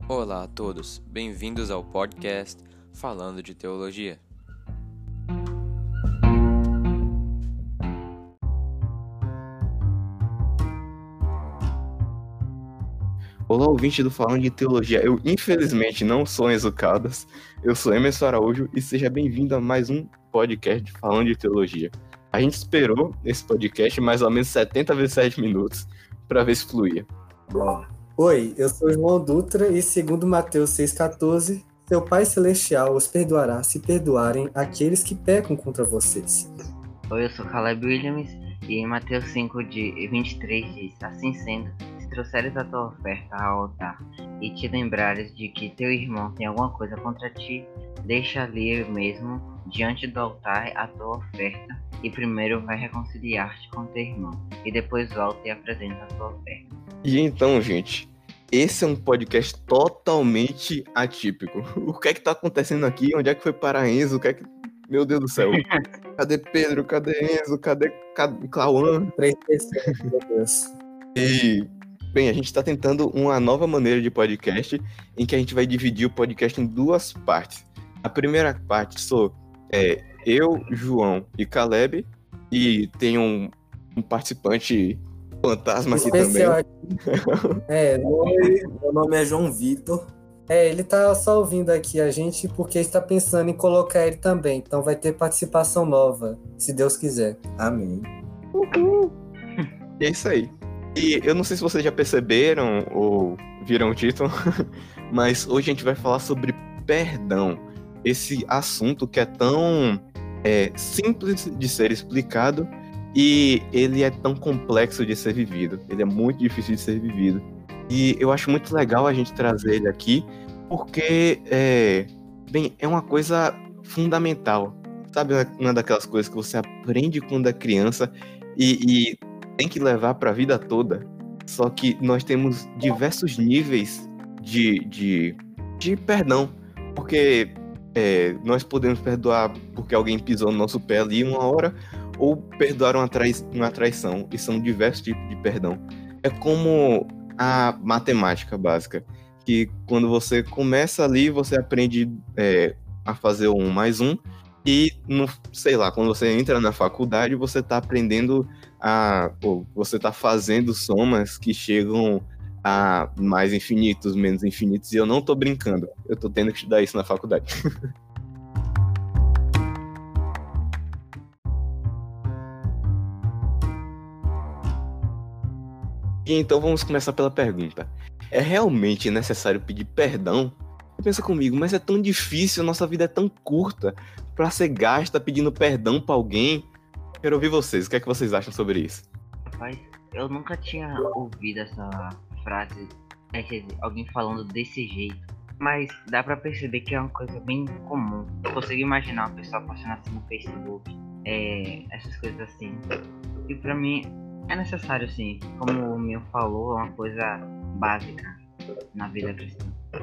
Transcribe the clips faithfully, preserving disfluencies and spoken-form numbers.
Olá a todos, bem-vindos ao podcast Falando de Teologia. Olá, ouvinte do Falando de Teologia. Eu, infelizmente, não sou Enzo Caldas. Eu sou Emerson Araújo e seja bem-vindo a mais um podcast Falando de Teologia. A gente esperou esse podcast mais ou menos setenta vezes sete minutos para ver se fluía. Bom. Oi, eu sou João Dutra e segundo Mateus seis catorze, seu Pai Celestial os perdoará se perdoarem aqueles que pecam contra vocês. Oi, eu sou Caleb Williams e em Mateus cinco, de vinte e três diz: Assim sendo, se trouxeres a tua oferta ao altar e te lembrares de que teu irmão tem alguma coisa contra ti, deixa ali mesmo, diante do altar, a tua oferta e primeiro vai reconciliar-te com teu irmão e depois volta e apresenta a tua oferta. E então, gente, esse é um podcast totalmente atípico. O que é que tá acontecendo aqui? Onde é que foi parar Enzo? O que é que... Meu Deus do céu. Cadê Pedro? Cadê Enzo? Cadê, Cadê Cauã? Três pessoas, meu Deus. E, bem, a gente está tentando uma nova maneira de podcast em que a gente vai dividir o podcast em duas partes. A primeira parte sou é, eu, João e Caleb, e tem um, um participante fantasma aqui Especial também. É, Oi, meu nome é João Vitor. é, ele tá só ouvindo aqui a gente porque está pensando em colocar ele também. Então vai ter participação nova, se Deus quiser. Amém. Uhul. É isso aí. E eu não sei se vocês já perceberam ou viram o título, mas hoje a gente vai falar sobre perdão. Esse assunto que é tão é, simples de ser explicado e ele é tão complexo de ser vivido. Ele é muito difícil de ser vivido. E eu acho muito legal a gente trazer ele aqui porque, é, bem, é uma coisa fundamental. Sabe, uma daquelas coisas que você aprende quando é criança e, e tem que levar para a vida toda. Só que nós temos diversos níveis de, de, de perdão. Porque é, nós podemos perdoar porque alguém pisou no nosso pé ali uma hora, ou perdoar uma, trai- uma traição. E são diversos tipos de perdão. É como a matemática básica, que quando você começa ali, você aprende é, a fazer o um mais um, e, no, sei lá, quando você entra na faculdade, você está aprendendo a... Ou você está fazendo somas que chegam a mais infinitos, menos infinitos, e eu não estou brincando, eu estou tendo que estudar isso na faculdade. E então vamos começar pela pergunta. É realmente necessário pedir perdão? Pensa comigo, mas é tão difícil, nossa vida é tão curta pra ser gasta pedindo perdão pra alguém. Quero ouvir vocês, o que é que vocês acham sobre isso? Rapaz, eu nunca tinha ouvido essa frase, é, quer dizer, alguém falando desse jeito, mas dá pra perceber que é uma coisa bem comum. Eu consigo imaginar uma pessoa postando assim no Facebook, é, essas coisas assim. E pra mim é necessário, sim, como o meu falou, é uma coisa básica na vida cristã.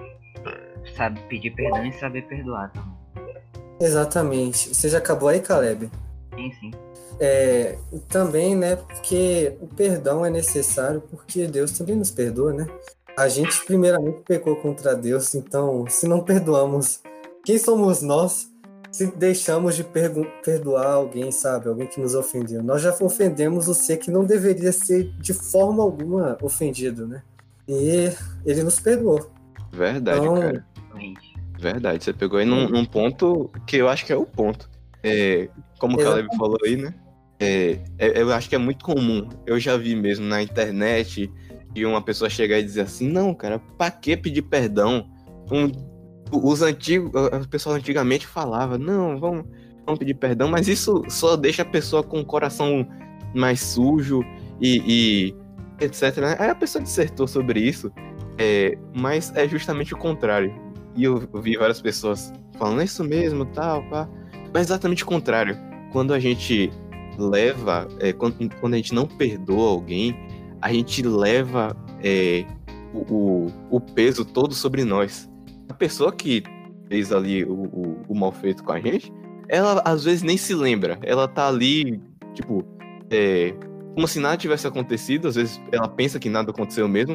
Sabe pedir perdão e saber perdoar também. Exatamente. Você já acabou aí, Caleb? Sim, sim. É, e também, né, porque o perdão é necessário porque Deus também nos perdoa, né? A gente primeiramente pecou contra Deus, então se não perdoamos, quem somos nós se deixamos de pergu- perdoar alguém, sabe? Alguém que nos ofendeu. Nós já ofendemos o ser que não deveria ser de forma alguma ofendido, né? E ele nos perdoou. Verdade, Então, cara. Realmente. Verdade, você pegou aí num, num ponto que eu acho que é o ponto. É, como o Caleb falou aí, né? É, é, eu acho que é muito comum. Eu já vi mesmo na internet de uma pessoa chegar e dizer assim, não, cara, pra que pedir perdão? Um, os antigos, as pessoas antigamente falavam, não, vamos, vamos pedir perdão, mas isso só deixa a pessoa com o coração mais sujo e, e etc, né? Aí a pessoa dissertou sobre isso, é, mas é justamente o contrário. E eu vi várias pessoas falando, é isso mesmo, tal, pá. Mas é exatamente o contrário. Quando a gente leva, é, quando, quando a gente não perdoa alguém, a gente leva é, o, o, o peso todo sobre nós. A pessoa que fez ali o, o, o mal feito com a gente, ela às vezes nem se lembra. Ela tá ali, tipo, é, como se nada tivesse acontecido. Às vezes ela pensa que nada aconteceu mesmo.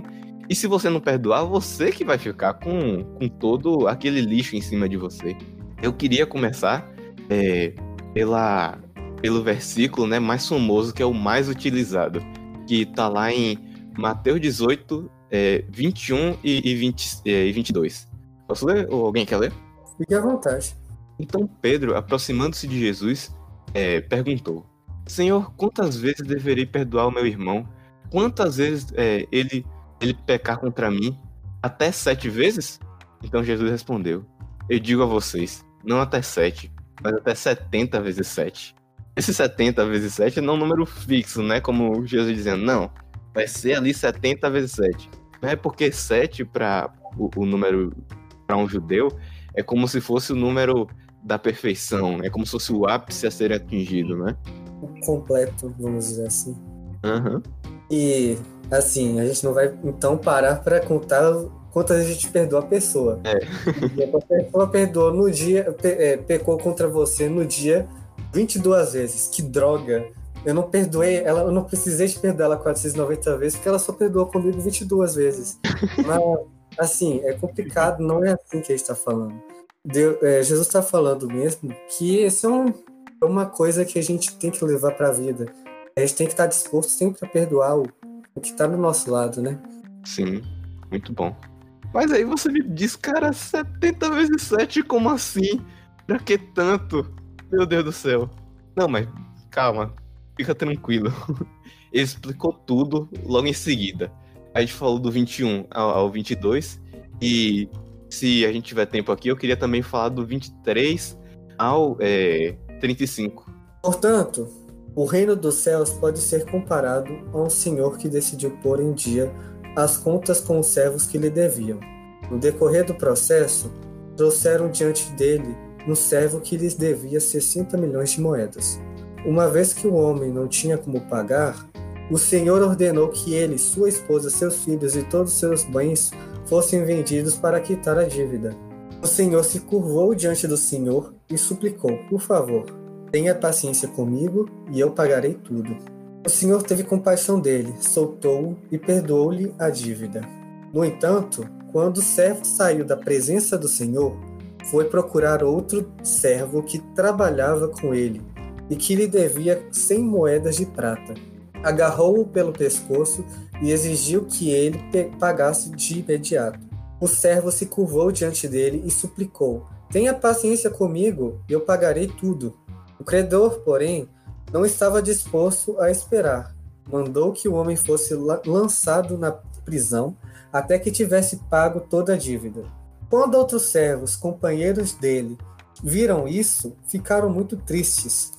E se você não perdoar, você que vai ficar com, com todo aquele lixo em cima de você. Eu queria começar é, pela, pelo versículo, né, mais famoso, que é o mais utilizado, que está lá em Mateus dezoito, é, vinte e um e, vinte, é, e vinte e dois. Posso ler? Ou alguém quer ler? Fique à vontade. Então Pedro, aproximando-se de Jesus, é, perguntou: Senhor, quantas vezes deverei perdoar o meu irmão? Quantas vezes é, ele, ele pecar contra mim? Até sete vezes? Então Jesus respondeu: Eu digo a vocês, não até sete, mas até setenta vezes sete. Esse setenta vezes sete não é um número fixo, né? Como Jesus dizendo, não, vai ser ali setenta vezes sete. Não é porque sete para o, o número para um judeu é como se fosse o número da perfeição, é como se fosse o ápice a ser atingido, né? O completo, vamos dizer assim. Uhum. E, assim, a gente não vai, então, parar para contar quantas vezes a gente perdoa a pessoa. É. E a pessoa perdoou no dia, pe, é, pecou contra você no dia vinte e duas vezes. Que droga! Eu não perdoei ela, eu não precisei de perdoar ela quatrocentas e noventa vezes, porque ela só perdoou comigo vinte e duas vezes. Mas, assim, é complicado, não é assim que a gente está falando. Deus, é, Jesus está falando mesmo que isso é, um, é uma coisa que a gente tem que levar para a vida. A gente tem que estar disposto sempre a perdoar o, o que está do nosso lado, né? Sim, muito bom. Mas aí você me diz, cara, setenta vezes sete, como assim? Pra que tanto? Meu Deus do céu. Não, mas calma, fica tranquilo. Ele explicou tudo logo em seguida. A gente falou do vinte e um ao, ao vinte e dois, e se a gente tiver tempo aqui, eu queria também falar do vinte e três ao é, trinta e cinco. Portanto, o reino dos céus pode ser comparado a um senhor que decidiu pôr em dia as contas com os servos que lhe deviam. No decorrer do processo, trouxeram diante dele um servo que lhes devia sessenta milhões de moedas. Uma vez que o homem não tinha como pagar, o senhor ordenou que ele, sua esposa, seus filhos e todos os seus bens fossem vendidos para quitar a dívida. O senhor se curvou diante do senhor e suplicou: por favor, tenha paciência comigo e eu pagarei tudo. O senhor teve compaixão dele, soltou-o e perdoou-lhe a dívida. No entanto, quando o servo saiu da presença do senhor, foi procurar outro servo que trabalhava com ele e que lhe devia cem moedas de prata. Agarrou-o pelo pescoço e exigiu que ele pagasse de imediato. O servo se curvou diante dele e suplicou: tenha paciência comigo e eu pagarei tudo. O credor, porém, não estava disposto a esperar. Mandou que o homem fosse lançado na prisão até que tivesse pago toda a dívida. Quando outros servos, companheiros dele, viram isso, ficaram muito tristes.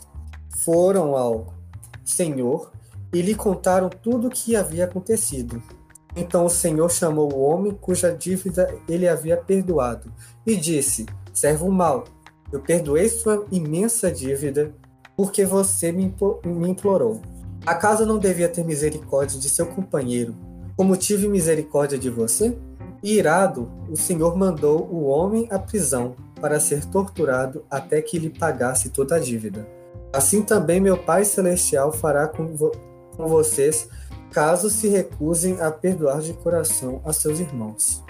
Foram ao senhor e lhe contaram tudo o que havia acontecido. Então o senhor chamou o homem cuja dívida ele havia perdoado e disse: servo mau, eu perdoei sua imensa dívida porque você me implorou. Acaso não devia ter misericórdia de seu companheiro, como tive misericórdia de você? Irado, o senhor mandou o homem à prisão para ser torturado até que lhe pagasse toda a dívida. Assim também meu Pai Celestial fará com, vo- com vocês, caso se recusem a perdoar de coração a seus irmãos.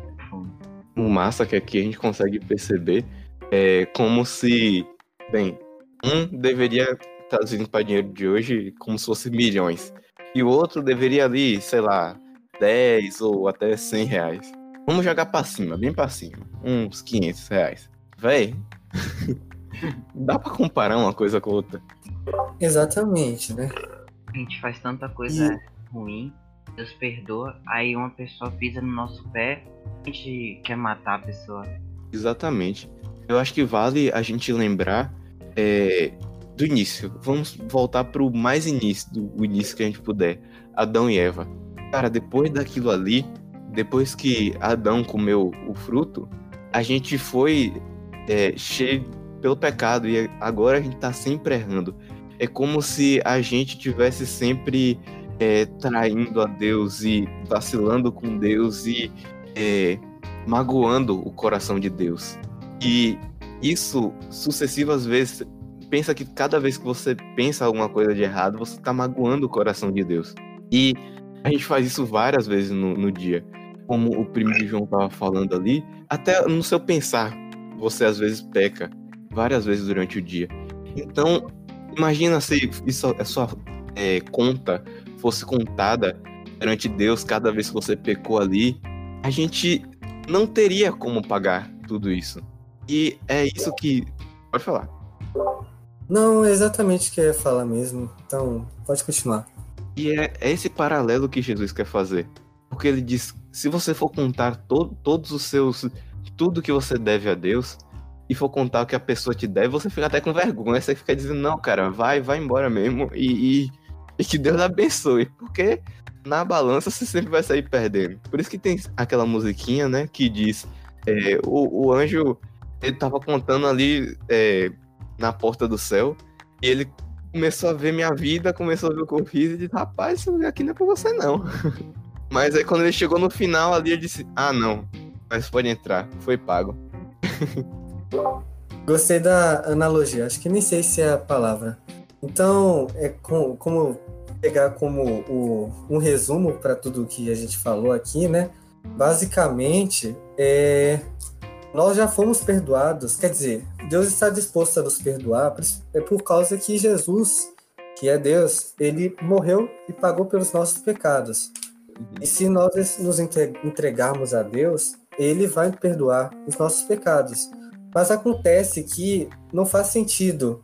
O massa que aqui a gente consegue perceber é como se, bem, um deveria traduzindo para dinheiro de hoje como se fosse milhões, e o outro deveria ali, sei lá, dez ou até cem reais. Vamos jogar pra cima, bem pra cima, uns quinhentos reais. Véi, dá pra comparar uma coisa com outra? Exatamente, né? A gente faz tanta coisa ruim, Deus perdoa, aí uma pessoa pisa no nosso pé, a gente quer matar a pessoa. Exatamente. Eu acho que vale a gente lembrar é, do início. Vamos voltar pro mais início, do início que a gente puder. Adão e Eva. Cara, depois daquilo ali, depois que Adão comeu o fruto, a gente foi é, cheio pelo pecado e agora a gente tá sempre errando. É como se a gente tivesse sempre é, traindo a Deus e vacilando com Deus e é, magoando o coração de Deus. E isso, sucessivas vezes, pensa que cada vez que você pensa alguma coisa de errado, você tá magoando o coração de Deus. E A gente faz isso várias vezes no, no dia. Como o primo de João tava falando ali, até no seu pensar, você às vezes peca várias vezes durante o dia. Então, imagina se isso, a sua é, conta fosse contada perante Deus cada vez que você pecou ali. A gente não teria como pagar tudo isso. E é isso que... Pode falar. Não, é exatamente o que eu ia falar mesmo. Então, pode continuar. E é, é esse paralelo que Jesus quer fazer. Porque ele diz, se você for contar to- todos os seus... Tudo que você deve a Deus, e for contar o que a pessoa te deve, você fica até com vergonha. Você fica dizendo, não, cara, vai, vai embora mesmo. E, e, e que Deus abençoe. Porque na balança você sempre vai sair perdendo. Por isso que tem aquela musiquinha, né, que diz... É, o, o anjo, ele tava contando ali é, na porta do céu, e ele começou a ver minha vida, começou a ver o que eu fiz, e disse, rapaz, isso aqui não é pra você não. Mas aí quando ele chegou no final ali, ele disse, ah não, mas pode entrar, foi pago. Gostei da analogia, acho que nem sei se é a palavra. Então, é com, como pegar como o, um resumo para tudo que a gente falou aqui, né? Basicamente, é, nós já fomos perdoados, quer dizer, Deus está disposto a nos perdoar, é por causa que Jesus, que é Deus, ele morreu e pagou pelos nossos pecados. E se nós nos entregarmos a Deus, ele vai perdoar os nossos pecados. Mas acontece que não faz sentido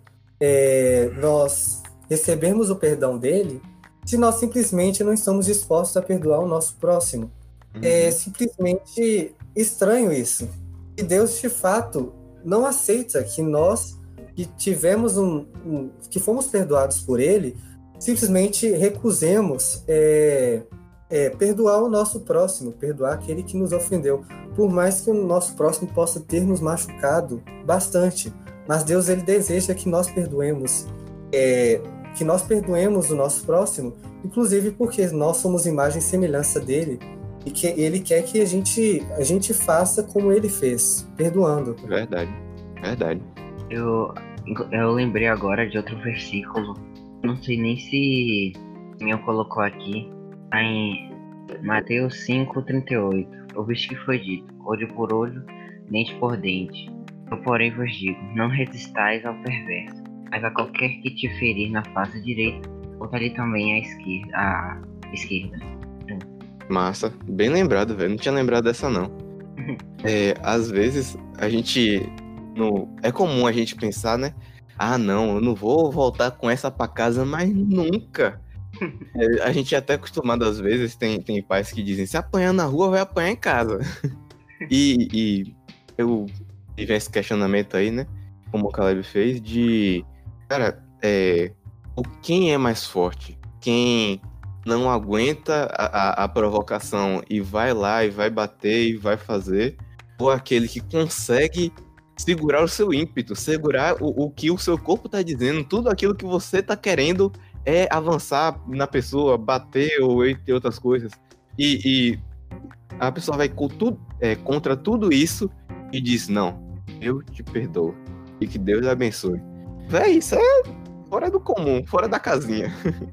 é, nós recebermos o perdão dele se nós simplesmente não estamos dispostos a perdoar o nosso próximo. Uhum. É simplesmente estranho isso. E Deus, de fato, não aceita que nós, que tivemos um, um que fomos perdoados por ele, simplesmente recusemos é, é, perdoar o nosso próximo, perdoar aquele que nos ofendeu. Por mais que o nosso próximo possa ter nos machucado bastante, mas Deus, ele deseja que nós perdoemos, é, que nós perdoemos o nosso próximo, inclusive porque nós somos imagem e semelhança dele, e que ele quer que a gente, a gente faça como ele fez, perdoando. Verdade, verdade. Eu, eu lembrei agora de outro versículo, não sei nem se Minha colocou aqui, tá em Mateus cinco, trinta e oito. Ouviste que foi dito, olho por olho, dente por dente. Eu, porém, vos digo, não resistais ao perverso, mas a qualquer que te ferir na face direita, volta-lhe também à esquerda. À esquerda. Massa, bem lembrado, velho. Não tinha lembrado dessa, não. É, às vezes, a gente... No... É comum a gente pensar, né? Ah, não, eu não vou voltar com essa pra casa, mas nunca. É, a gente é até acostumado, às vezes, tem, tem pais que dizem, se apanhar na rua, vai apanhar em casa. e, e eu tive esse questionamento aí, né? Como o Caleb fez, de... Cara, é... quem é mais forte? Quem... não aguenta a, a, a provocação e vai lá e vai bater e vai fazer, ou aquele que consegue segurar o seu ímpeto, segurar o, o que o seu corpo está dizendo, tudo aquilo que você está querendo é avançar na pessoa, bater ou entre outras coisas, e, e a pessoa vai com tudo, é, contra tudo isso e diz, não, eu te perdoo e que Deus abençoe. Véi, isso é fora do comum, fora da casinha.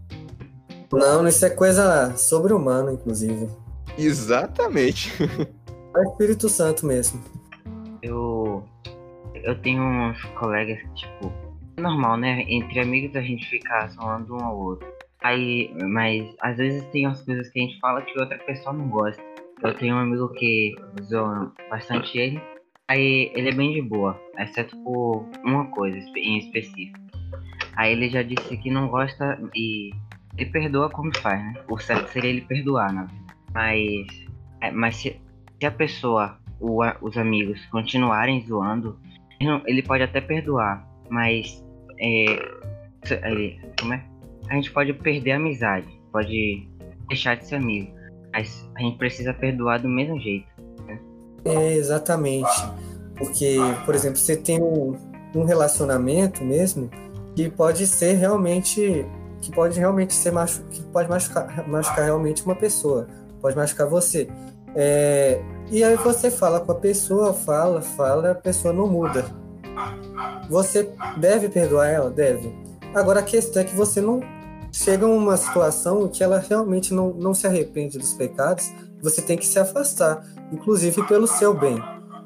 Não, isso é coisa sobre-humana, inclusive. Exatamente. É o Espírito Santo mesmo. Eu, eu tenho uns colegas que, tipo, é normal, né? Entre amigos a gente fica zoando um ao outro. Aí, mas às vezes tem umas coisas que a gente fala que outra pessoa não gosta. Eu tenho um amigo que zoa bastante ele. Aí ele é bem de boa, exceto por uma coisa em específico. Aí ele já disse que não gosta e... ele perdoa quando faz, né? O certo seria ele perdoar, né? Mas, é, mas se, se a pessoa, o, os amigos, continuarem zoando, ele pode até perdoar, mas é, é, como é? A gente pode perder a amizade, pode deixar de ser amigo, mas a gente precisa perdoar do mesmo jeito, né? É, exatamente. Porque, por exemplo, você tem um, um relacionamento mesmo que pode ser realmente... que pode realmente ser machu... que pode machucar, machucar realmente uma pessoa, pode machucar você. É... E aí você fala com a pessoa, fala, fala, a pessoa não muda. Você deve perdoar ela? Deve. Agora a questão é que você não chega uma situação que ela realmente não, não se arrepende dos pecados, você tem que se afastar, inclusive pelo seu bem.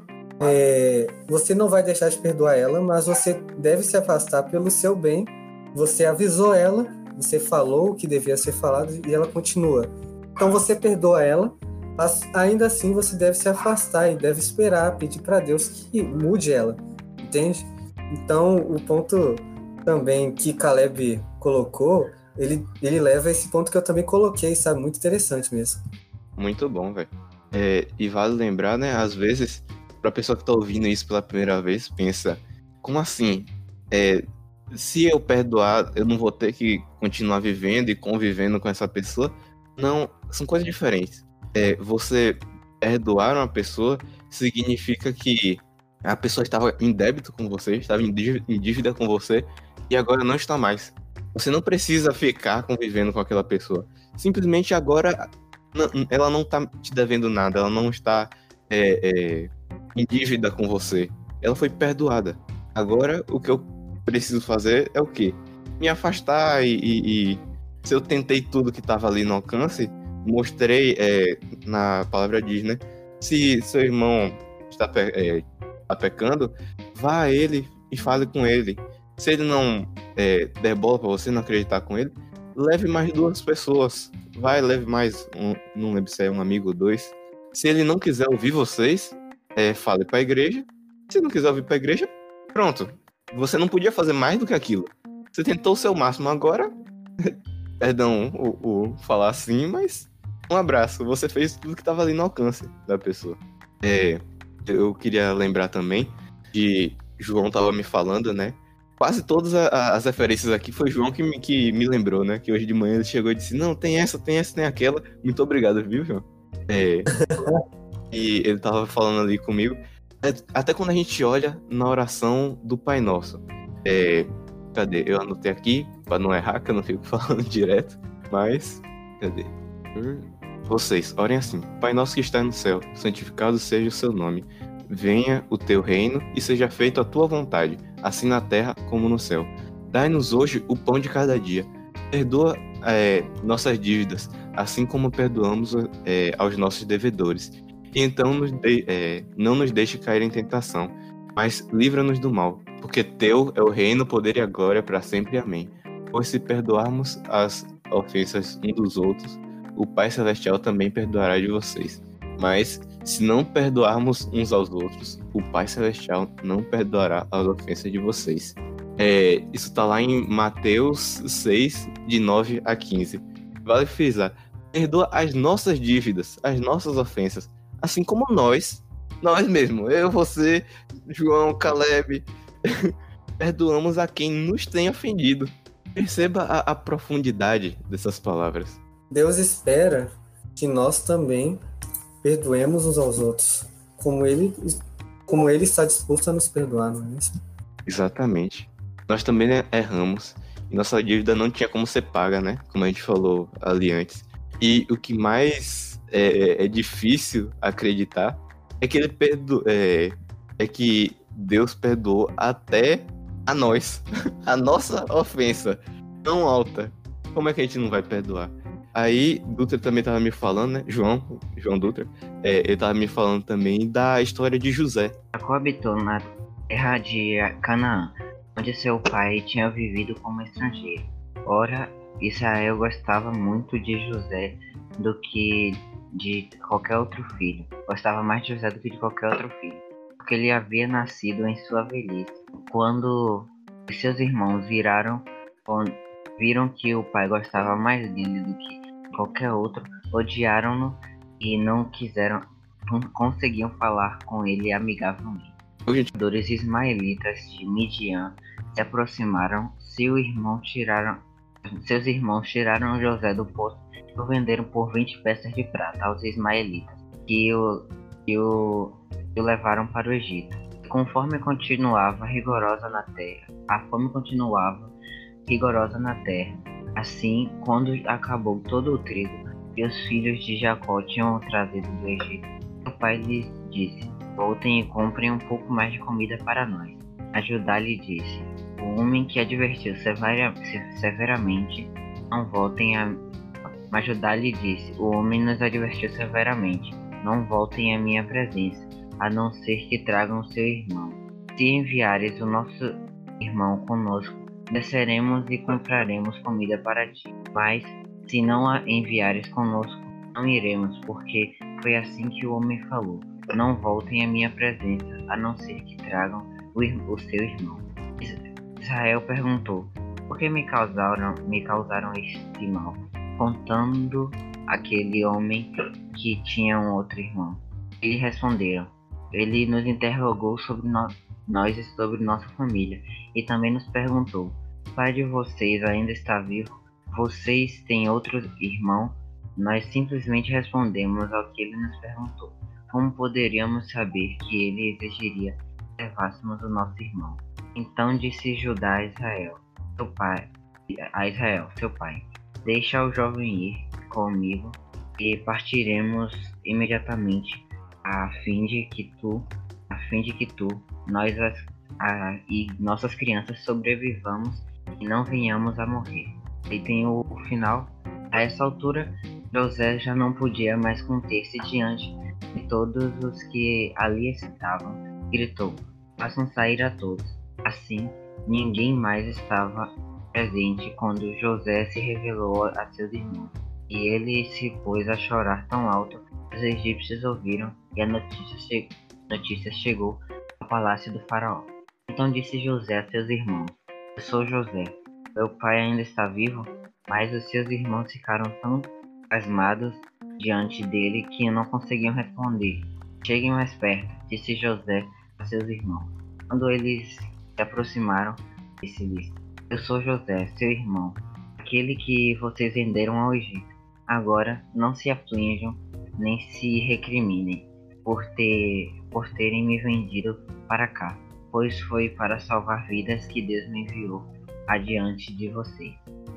É, você não vai deixar de perdoar ela, mas você deve se afastar pelo seu bem. Você avisou ela, você falou o que devia ser falado e ela continua. Então você perdoa ela, mas ainda assim você deve se afastar e deve esperar, pedir para Deus que mude ela, entende? Então o ponto também que Caleb colocou, ele, ele leva a esse ponto que eu também coloquei, sabe? Muito interessante mesmo. Muito bom, velho. É, e vale lembrar, né, às vezes, pra pessoa que tá ouvindo isso pela primeira vez, pensa, como assim? É, se eu perdoar, eu não vou ter que continuar vivendo e convivendo com essa pessoa? Não, são coisas diferentes. É, você perdoar uma pessoa significa que a pessoa estava em débito com você, estava em dí- em dívida com você e agora não está mais. Você não precisa ficar convivendo com aquela pessoa. Simplesmente agora n- ela não está te devendo nada, ela não está é, é, em dívida com você. Ela foi perdoada. Agora o que eu preciso fazer é o quê? Me afastar e, e- e se eu tentei tudo que estava ali no alcance, mostrei, é, na palavra diz, né? Se seu irmão está, pe- é, está pecando, vá a ele e fale com ele. Se ele não é, der bola para você, não acreditar com ele, leve mais duas pessoas. Vai, leve mais um, não lembro se é um amigo ou dois. Se ele não quiser ouvir vocês, é, fale para a igreja. Se não quiser ouvir para a igreja, pronto. Você não podia fazer mais do que aquilo. Você tentou o seu máximo agora. Perdão o, o falar assim, mas um abraço. Você fez tudo que estava ali no alcance da pessoa. É, eu queria lembrar também que João estava me falando, né? Quase todas a- as referências aqui foi João que me, que me lembrou, né? Que hoje de manhã ele chegou e disse: Não, tem essa, tem essa, tem aquela. Muito obrigado, viu, João? É, e ele tava falando ali comigo. É, até quando a gente olha na oração do Pai Nosso. É, cadê? Eu anotei aqui, pra não errar, que eu não fico falando direto. Mas, cadê? Vocês, orem assim. Pai Nosso que está no céu, santificado seja o seu nome. Venha o teu reino e seja feita a tua vontade, assim na terra como no céu. Dai-nos hoje o pão de cada dia. Perdoa é, nossas dívidas, assim como perdoamos é, aos nossos devedores. E então nos de, é, não nos deixe cair em tentação, mas livra-nos do mal, porque teu é o reino, o poder e a glória para sempre. Amém. Pois se perdoarmos as ofensas uns dos outros, o Pai Celestial também perdoará de vocês. Mas se não perdoarmos uns aos outros, o Pai Celestial não perdoará as ofensas de vocês. É, isso está lá em Mateus seis, de nove a quinze. Vale frisar, perdoa as nossas dívidas, as nossas ofensas, assim como nós, nós mesmos, eu, você, João, Caleb, perdoamos a quem nos tem ofendido. Perceba a, a profundidade dessas palavras. Deus espera que nós também perdoemos uns aos outros, como ele, como ele está disposto a nos perdoar, não é isso? Exatamente. Nós também né, erramos e nossa dívida não tinha como ser paga, né? Como a gente falou ali antes. E o que mais é, é difícil acreditar é que ele perdo... é, é que Deus perdoou até a nós, a nossa ofensa tão alta. Como é que a gente não vai perdoar? Aí, Dutra também tava me falando, né? João, João Dutra, é, ele tava me falando também da história de José. Jacó habitou na terra de Canaã, onde seu pai tinha vivido como estrangeiro. Ora, Israel gostava muito de José do que de qualquer outro filho. Gostava mais de José do que de qualquer outro filho, porque ele havia nascido em sua velhice. Quando seus irmãos viraram, viram que o pai gostava mais dele do que qualquer outro, odiaram-no e não quiseram, não conseguiam falar com ele amigavelmente. Os jogadores ismaelitas de Midian se aproximaram. Seu irmão tiraram, seus irmãos tiraram José do poço e o venderam por vinte peças de prata aos ismaelitas, que o, que o, que o levaram para o Egito. Conforme continuava rigorosa na terra, a fome continuava rigorosa na terra. Assim, quando acabou todo o trigo que os filhos de Jacó tinham trazido do Egito, seu pai lhes disse: Voltem e comprem um pouco mais de comida para nós. A Judá lhe disse: O homem que advertiu severa, severamente não voltem a... Mas Judá lhe disse, o homem nos advertiu severamente, não voltem à minha presença, a não ser que tragam seu irmão. Se enviares o nosso irmão conosco, desceremos e compraremos comida para ti. Mas, se não a enviares conosco, não iremos, porque foi assim que o homem falou. Não voltem à minha presença, a não ser que tragam o, o seu irmão. Israel perguntou, por que me causaram, me causaram este mal? Contando aquele homem que tinha um outro irmão. Eles responderam, ele nos interrogou sobre no, nós e sobre nossa família, e também nos perguntou, o pai de vocês ainda está vivo? Vocês têm outro irmão? Nós simplesmente respondemos ao que ele nos perguntou. Como poderíamos saber que ele exigiria que levássemos o nosso irmão? Então disse Judá a Israel, seu pai, a Israel, seu pai, deixa o jovem ir comigo e partiremos imediatamente, a fim de que tu, a fim de que tu, nós as, a, e nossas crianças sobrevivamos e não venhamos a morrer. E tem o, o final. A essa altura, José já não podia mais conter-se diante de todos os que ali estavam. Gritou, façam sair a todos. Assim, ninguém mais estava presente quando José se revelou a seus irmãos. E ele se pôs a chorar tão alto que os egípcios ouviram, e a notícia, che- notícia chegou ao palácio do faraó. Então disse José a seus irmãos, eu sou José, meu pai ainda está vivo? Mas os seus irmãos ficaram tão pasmados diante dele que não conseguiam responder. Cheguem mais perto, disse José a seus irmãos. Quando eles se aproximaram, disse-lhes, eu sou José, seu irmão, aquele que vocês venderam ao Egito. Agora não se aflijam, nem se recriminem por, ter, por terem me vendido para cá, pois foi para salvar vidas que Deus me enviou adiante de vocês.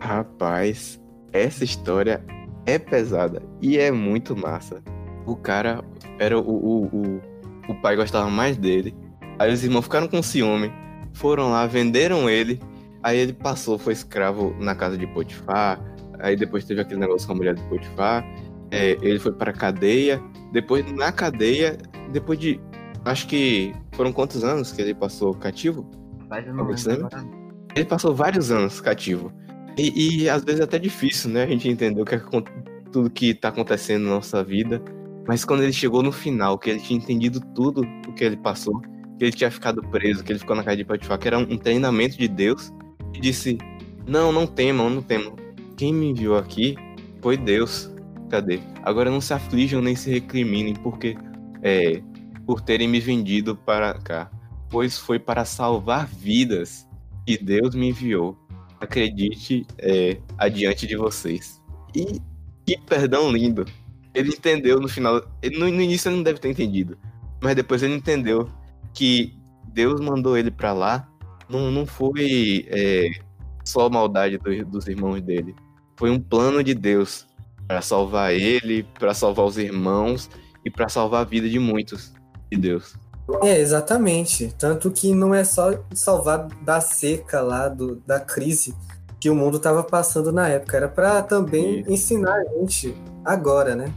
Rapaz, essa história é pesada e é muito massa. O cara era o, o, o, o pai gostava mais dele. Aí os irmãos ficaram com ciúme, foram lá, venderam ele. Aí ele passou, foi escravo na casa de Potifar. Aí depois teve aquele negócio com a mulher de Potifar. É, ele foi para a cadeia. Depois, na cadeia, depois de... Acho que foram quantos anos que ele passou cativo? Rapaz, eu não Alguém se lembro lembra? agora. Ele passou vários anos cativo. E, e às vezes é até difícil, né? A gente entender o que é, tudo que tá acontecendo na nossa vida. Mas quando ele chegou no final, que ele tinha entendido tudo o que ele passou, que ele tinha ficado preso, que ele ficou na casa de Potifar, que era um, um treinamento de Deus, e disse, não, não temam, não temam. Quem me enviou aqui foi Deus. Cadê? Agora não se aflijam nem se recriminem, porque é, por terem me vendido para cá, pois foi para salvar vidas que Deus me enviou. Acredite, é, adiante de vocês. E que perdão lindo. Ele entendeu no final, ele, no, no início ele não deve ter entendido, mas depois ele entendeu que Deus mandou ele para lá, não, não foi é, só a maldade do, dos irmãos dele, foi um plano de Deus para salvar ele, para salvar os irmãos e para salvar a vida de muitos de Deus. É, exatamente. Tanto que não é só salvar da seca lá, do, da crise que o mundo estava passando na época. Era para também Isso. ensinar a gente agora, né?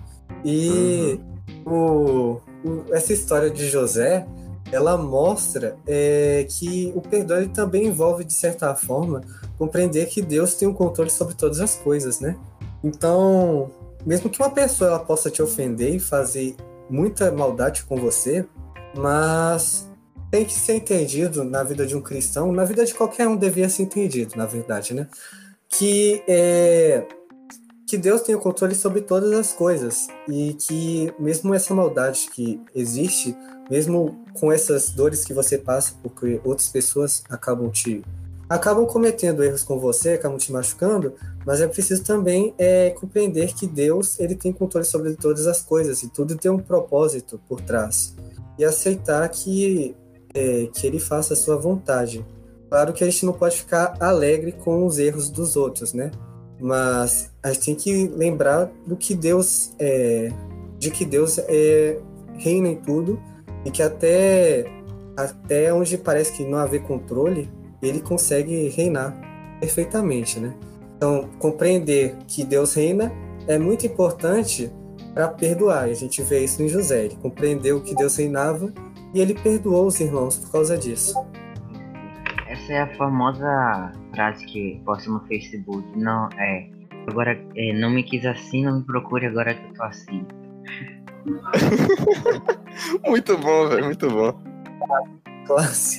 E uhum. o, o, essa história de José, ela mostra é, que o perdão ele também envolve, de certa forma, compreender que Deus tem um controle sobre todas as coisas, né? Então, mesmo que uma pessoa ela possa te ofender e fazer muita maldade com você, mas tem que ser entendido na vida de um cristão, na vida de qualquer um devia ser entendido, na verdade, né? Que, é, que Deus tem o controle sobre todas as coisas e que mesmo essa maldade que existe, mesmo com essas dores que você passa, porque outras pessoas acabam te acabam cometendo erros com você, acabam te machucando, mas é preciso também é, compreender que Deus ele tem controle sobre todas as coisas e tudo tem um propósito por trás. E aceitar que, é, que ele faça a sua vontade. Claro que a gente não pode ficar alegre com os erros dos outros, né? Mas a gente tem que lembrar do que Deus é, de que Deus é, reina em tudo e que até, até onde parece que não haver controle, ele consegue reinar perfeitamente, né? Então, compreender que Deus reina é muito importante para perdoar. A gente vê isso em José. Ele compreendeu que Deus reinava e ele perdoou os irmãos por causa disso. Essa é a famosa frase que posto no Facebook. Não, é. Agora, é, não me quis assim, não me procure agora que eu tô assim. Muito bom, velho, muito bom. Clássico.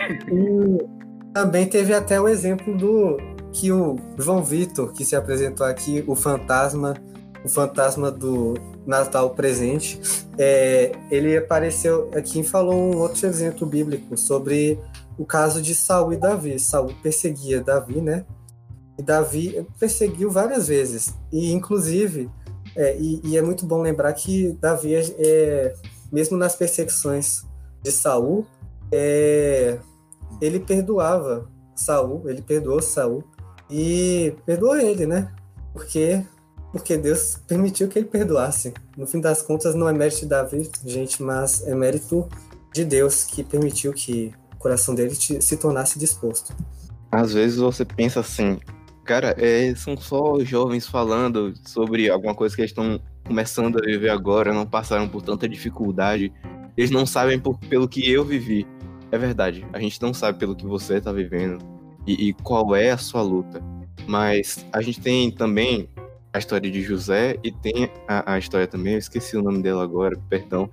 E também teve até o exemplo do que o João Vitor, que se apresentou aqui, o fantasma, o fantasma do Natal presente, é, ele apareceu aqui e falou um outro exemplo bíblico sobre o caso de Saul e Davi. Saul perseguia Davi, né? E Davi perseguiu várias vezes. E, inclusive, é, e, e é muito bom lembrar que Davi, é, mesmo nas perseguições de Saul, é, ele perdoava Saul, ele perdoou Saul e perdoou ele, né? Porque, porque Deus permitiu que ele perdoasse. No fim das contas, não é mérito de Davi, gente, mas é mérito de Deus que permitiu que o coração dele se tornasse disposto. Às vezes você pensa assim, cara, é, são só jovens falando sobre alguma coisa que eles estão começando a viver agora, não passaram por tanta dificuldade, eles não sabem por, pelo que eu vivi. É verdade, a gente não sabe pelo que você está vivendo e, e qual é a sua luta, mas a gente tem também a história de José e tem a, a história também, eu esqueci o nome dela agora, perdão,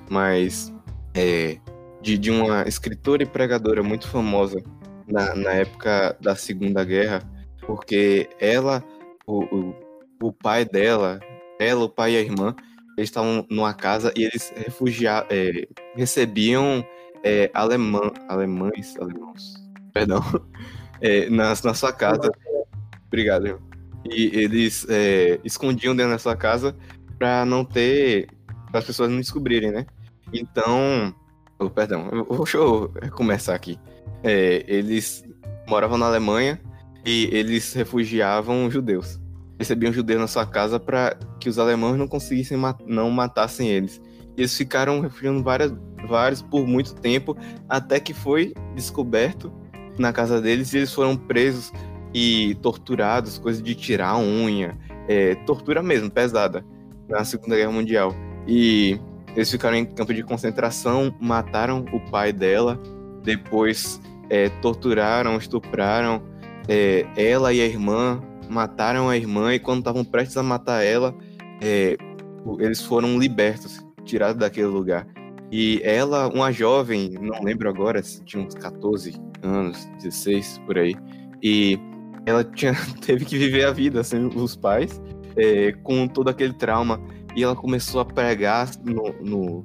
mas é, de, de uma escritora e pregadora muito famosa na, na época da Segunda Guerra, porque ela, o, o, o pai dela, ela, o pai e a irmã, eles estavam numa casa e eles refugia, é, recebiam é, alemã, alemães, alemãos, perdão, é, na, na sua casa. Obrigado, irmão. E eles é, escondiam dentro da sua casa para não ter, para as pessoas não descobrirem, né? Então, oh, perdão, eu, deixa eu começar aqui. É, eles moravam na Alemanha e eles refugiavam judeus. Recebiam judeus na sua casa para que os alemães não conseguissem, não matassem eles. E eles ficaram refugiando várias, vários por muito tempo, até que foi descoberto na casa deles e eles foram presos e torturados, coisa de tirar a unha, é, tortura mesmo, pesada, na Segunda Guerra Mundial. E eles ficaram em campo de concentração, mataram o pai dela, depois é, torturaram, estupraram é, ela e a irmã, mataram a irmã e quando estavam prestes a matar ela, é, eles foram libertos, tirados daquele lugar. E ela, uma jovem, não lembro agora, tinha uns catorze anos, dezesseis, por aí, e ela tinha, teve que viver a vida sem os pais, é, com todo aquele trauma, e ela começou a pregar no, no,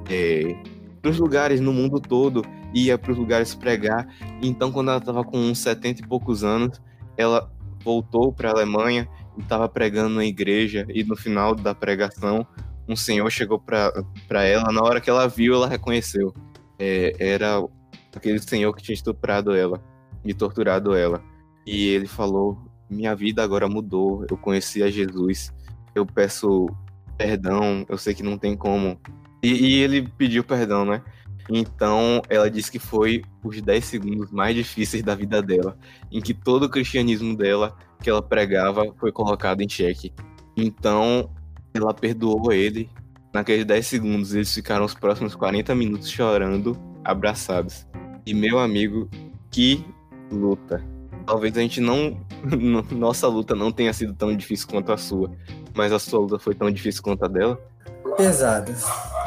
é, nos lugares, no mundo todo, ia para os lugares pregar. Então, quando ela estava com uns setenta e poucos anos, ela voltou para a Alemanha e estava pregando na igreja, e no final da pregação, um senhor chegou para ela, na hora que ela viu, ela reconheceu. É, era aquele senhor que tinha estuprado ela e torturado ela. E ele falou, minha vida agora mudou, eu conheci a Jesus, eu peço perdão, eu sei que não tem como. E, e ele pediu perdão, né? Então, ela disse que foi os dez segundos mais difíceis da vida dela, em que todo o cristianismo dela, que ela pregava, foi colocado em xeque. Então, ela perdoou ele. Naqueles dez segundos, eles ficaram os próximos quarenta minutos chorando, abraçados. E, meu amigo, que luta! Talvez a gente não... Nossa luta não tenha sido tão difícil quanto a sua, mas a sua luta foi tão difícil quanto a dela? Pesada.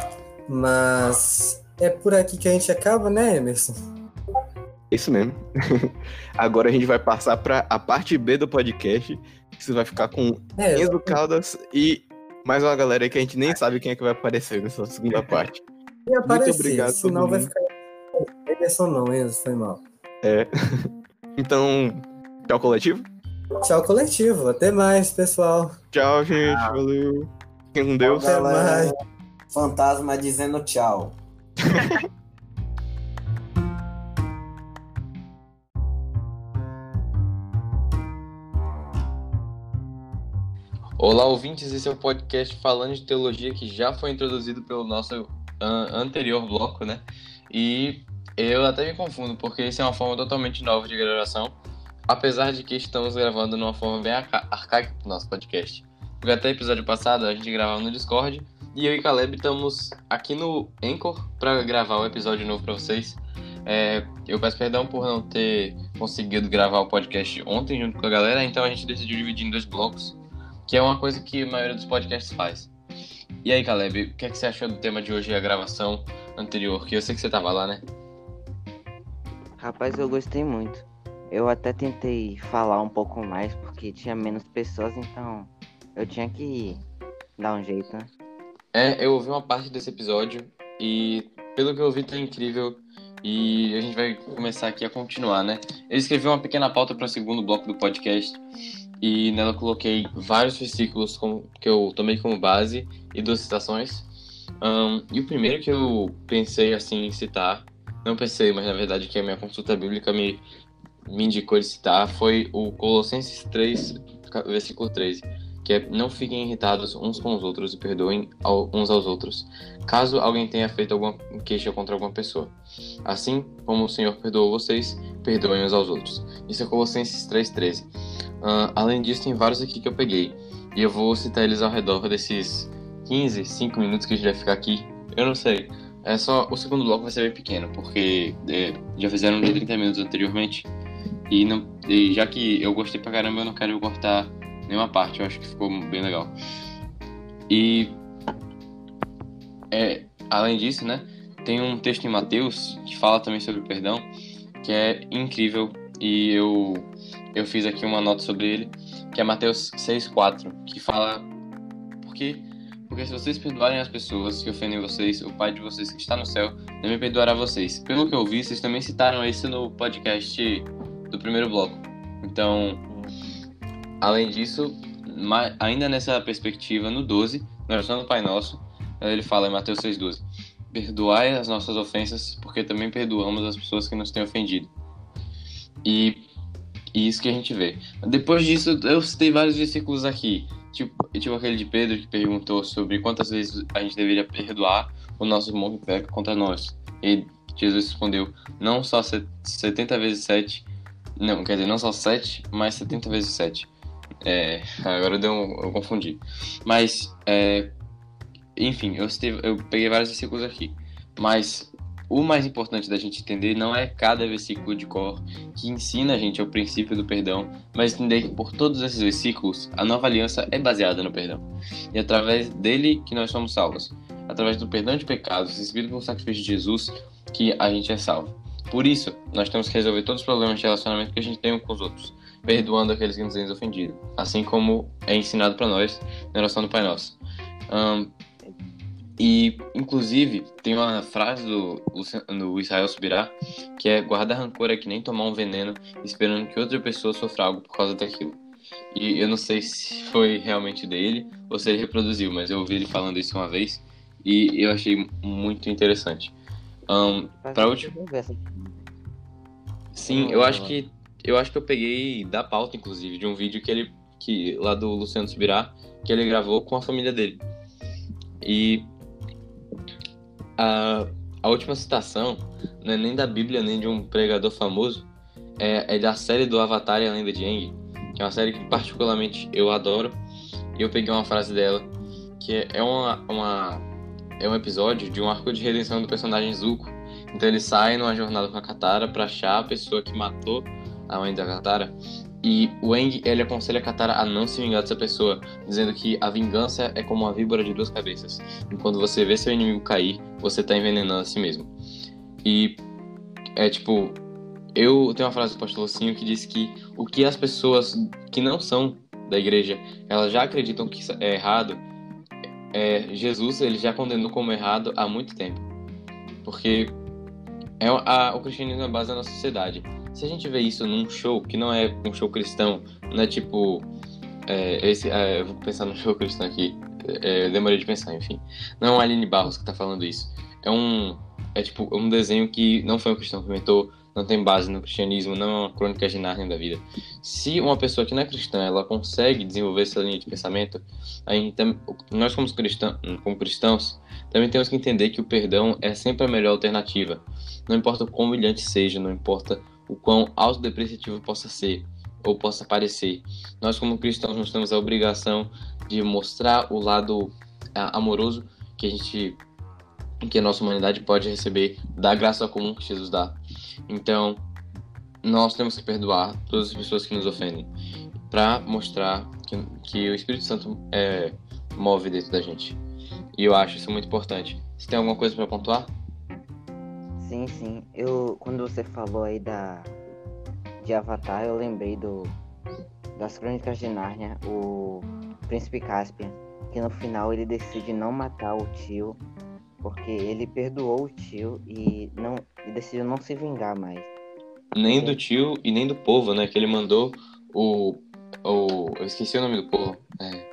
Mas é por aqui que a gente acaba, né, Emerson? Isso mesmo. Agora a gente vai passar para a parte B do podcast, que você vai ficar com É, Enzo Caldas e mais uma galera aí que a gente nem sabe quem é que vai aparecer nessa segunda parte. E aparecer, obrigado a todo senão vai mundo. ficar... Emerson não, Enzo, foi mal. É. Então, tchau, coletivo. Tchau, coletivo. Até mais, pessoal. Tchau, gente. Valeu. Fiquem com Deus. Até mais. Fantasma dizendo tchau. Olá, ouvintes, esse é o podcast Falando de Teologia, que já foi introduzido pelo nosso uh, anterior bloco, né? E eu até me confundo, porque isso é uma forma totalmente nova de gravação. apesar de que estamos gravando de uma forma bem arca- arcaica pro nosso podcast. Porque até o episódio passado a gente gravava no Discord e eu e Caleb estamos aqui no Anchor para gravar o episódio novo para vocês. É, eu peço perdão por não ter conseguido gravar o podcast ontem junto com a galera, então a gente decidiu dividir em dois blocos, que é uma coisa que a maioria dos podcasts faz. E aí, Caleb, o que, é que você achou do tema de hoje e a gravação anterior? Que eu sei que você tava lá, né? Rapaz, eu gostei muito. Eu até tentei falar um pouco mais, porque tinha menos pessoas, então eu tinha que dar um jeito, né? É, eu ouvi uma parte desse episódio e, pelo que eu ouvi, tá incrível. E a gente vai começar aqui a continuar, né? Eu escrevi uma pequena pauta para o segundo bloco do podcast e nela eu coloquei vários versículos com, que eu tomei como base e duas citações. Um, e o primeiro que eu pensei assim em citar, não pensei, mas na verdade que a minha consulta bíblica me, me indicou de citar, foi o Colossenses três, versículo treze, que é: não fiquem irritados uns com os outros e perdoem ao, uns aos outros, caso alguém tenha feito alguma queixa contra alguma pessoa. Assim como o Senhor perdoou vocês, perdoem uns aos outros. Isso é Colossenses três, treze. Uh, além disso, tem vários aqui que eu peguei, e eu vou citar eles ao redor desses quinze, cinco minutos que a gente vai ficar aqui. Eu não sei, é só, o segundo bloco vai ser bem pequeno, porque é, já fizeram de trinta minutos anteriormente, e, não, e já que eu gostei pra caramba, eu não quero cortar nenhuma parte, eu acho que ficou bem legal. E é, além disso, né, tem um texto em Mateus que fala também sobre perdão, que é incrível, e eu, eu fiz aqui uma nota sobre ele, que é Mateus seis, quatro, que fala: porque, porque se vocês perdoarem as pessoas que ofendem vocês, o Pai de vocês que está no céu também perdoará vocês. Pelo que eu vi, vocês também citaram isso no podcast do primeiro bloco. Então, além disso, ainda nessa perspectiva, no doze, na oração do Pai Nosso, ele fala em Mateus seis, doze: perdoai as nossas ofensas, porque também perdoamos as pessoas que nos têm ofendido. E, e isso que a gente vê. Depois disso, eu citei vários versículos aqui, tipo, tipo aquele de Pedro que perguntou sobre quantas vezes a gente deveria perdoar o nosso irmão que peca contra nós. E Jesus respondeu: não só setenta vezes sete, não, quer dizer, não só sete, mas setenta vezes sete. É, agora deu um, eu confundi. Mas, é, enfim, eu, citei, eu peguei vários versículos aqui. Mas o mais importante da gente entender não é cada versículo de cor que ensina a gente o princípio do perdão, mas entender que por todos esses versículos a nova aliança é baseada no perdão. E através dele que nós somos salvos. Através do perdão de pecados recebido pelo sacrifício de Jesus que a gente é salvo. Por isso, nós temos que resolver todos os problemas de relacionamento que a gente tem um com os outros, perdoando aqueles que nos têm ofendido, assim como é ensinado para nós na oração do Pai Nosso. Um, e, inclusive, tem uma frase do, do Israel Subirá, que é: guardar rancor é que nem tomar um veneno esperando que outra pessoa sofra algo por causa daquilo. E eu não sei se foi realmente dele ou se ele reproduziu, mas eu ouvi ele falando isso uma vez e eu achei muito interessante. Um, para último... Sim, eu acho que eu acho que eu peguei da pauta, inclusive, de um vídeo que ele, que, lá do Luciano Subirá, que ele gravou com a família dele. E a, a última citação não é nem da Bíblia, nem de um pregador famoso, é, é da série do Avatar e a Lenda de Aang, que é uma série que particularmente eu adoro, e eu peguei uma frase dela, que é, é, uma, uma, é um episódio de um arco de redenção do personagem Zuko. Então ele sai numa jornada com a Katara pra achar a pessoa que matou a mãe da Katara, e o Aang, ele aconselha a Katara a não se vingar dessa pessoa, dizendo que a vingança é como uma víbora de duas cabeças, e quando você vê seu inimigo cair, você tá envenenando a si mesmo. E é tipo, eu tenho uma frase do pastor Lucinho que diz que o que as pessoas que não são da igreja, elas já acreditam que é errado, é, Jesus, ele já condenou como errado há muito tempo, porque é a, o cristianismo é a base da nossa sociedade. Se a gente vê isso num show que não é um show cristão, não é tipo é, esse, é, eu vou pensar no show cristão aqui, é, eu demorei de pensar, enfim, não é um Aline Barros que tá falando isso, é um é tipo um desenho que não foi um cristão que inventou, não tem base no cristianismo, não é uma crônica de Nárnia da vida. Se uma pessoa que não é cristã, ela consegue desenvolver essa linha de pensamento, aí nós como cristãos, como cristãos também temos que entender que o perdão é sempre a melhor alternativa. Não importa o quão humilhante seja, não importa o quão autodepreciativo possa ser, ou possa parecer. Nós, como cristãos, nós temos a obrigação de mostrar o lado ah, amoroso que a gente, que a nossa humanidade pode receber da graça comum que Jesus dá. Então, nós temos que perdoar todas as pessoas que nos ofendem, para mostrar que, que o Espírito Santo é, move dentro da gente. E eu acho isso muito importante. Você tem alguma coisa para pontuar? Sim, sim. Eu, quando você falou aí da, de Avatar, eu lembrei do, das Crônicas de Nárnia, o Príncipe Caspian, que no final ele decide não matar o tio, porque ele perdoou o tio e, não, e decidiu não se vingar mais. Nem do tio e nem do povo, né? Que ele mandou o... o eu esqueci o nome do povo. É,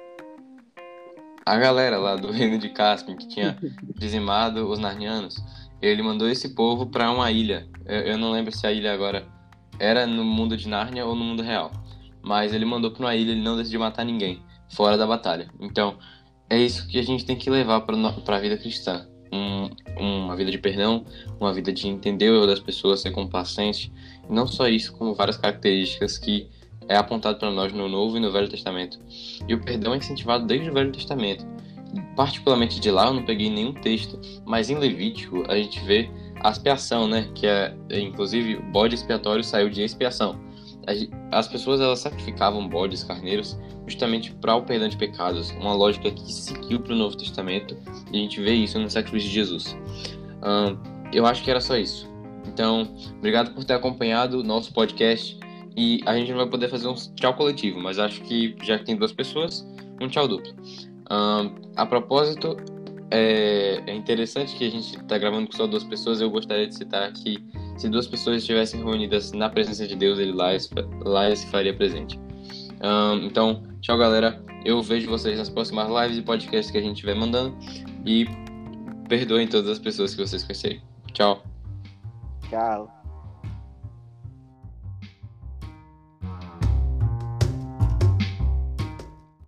a galera lá do reino de Caspian, que tinha dizimado os narnianos. Ele mandou esse povo para uma ilha. Eu, eu não lembro se a ilha agora era no mundo de Nárnia ou no mundo real. Mas ele mandou para uma ilha, ele não decidiu matar ninguém fora da batalha. Então, é isso que a gente tem que levar para a vida cristã. Um, uma vida de perdão, uma vida de entender o erro das pessoas, ser complacente. E não só isso, como várias características que é apontado para nós no Novo e no Velho Testamento. E o perdão é incentivado desde o Velho Testamento. Particularmente de lá eu não peguei nenhum texto, mas em Levítico a gente vê a expiação, né? Que é, inclusive, o bode expiatório saiu de expiação. As pessoas elas sacrificavam bodes, carneiros, justamente para o perdão de pecados, uma lógica que seguiu para o Novo Testamento, e a gente vê isso no sacrifício de Jesus. Hum, eu acho que era só isso. Então, obrigado por ter acompanhado o nosso podcast, e a gente não vai poder fazer um tchau coletivo, mas acho que já que tem duas pessoas, um tchau duplo. Um, a propósito, é, é interessante que a gente está gravando com só duas pessoas. Eu gostaria de citar que se duas pessoas estivessem reunidas na presença de Deus, ele lá, lá se faria presente. Um, então, tchau galera, eu vejo vocês nas próximas lives e podcasts que a gente estiver mandando, e perdoem todas as pessoas que vocês conhecerem. Tchau. Tchau.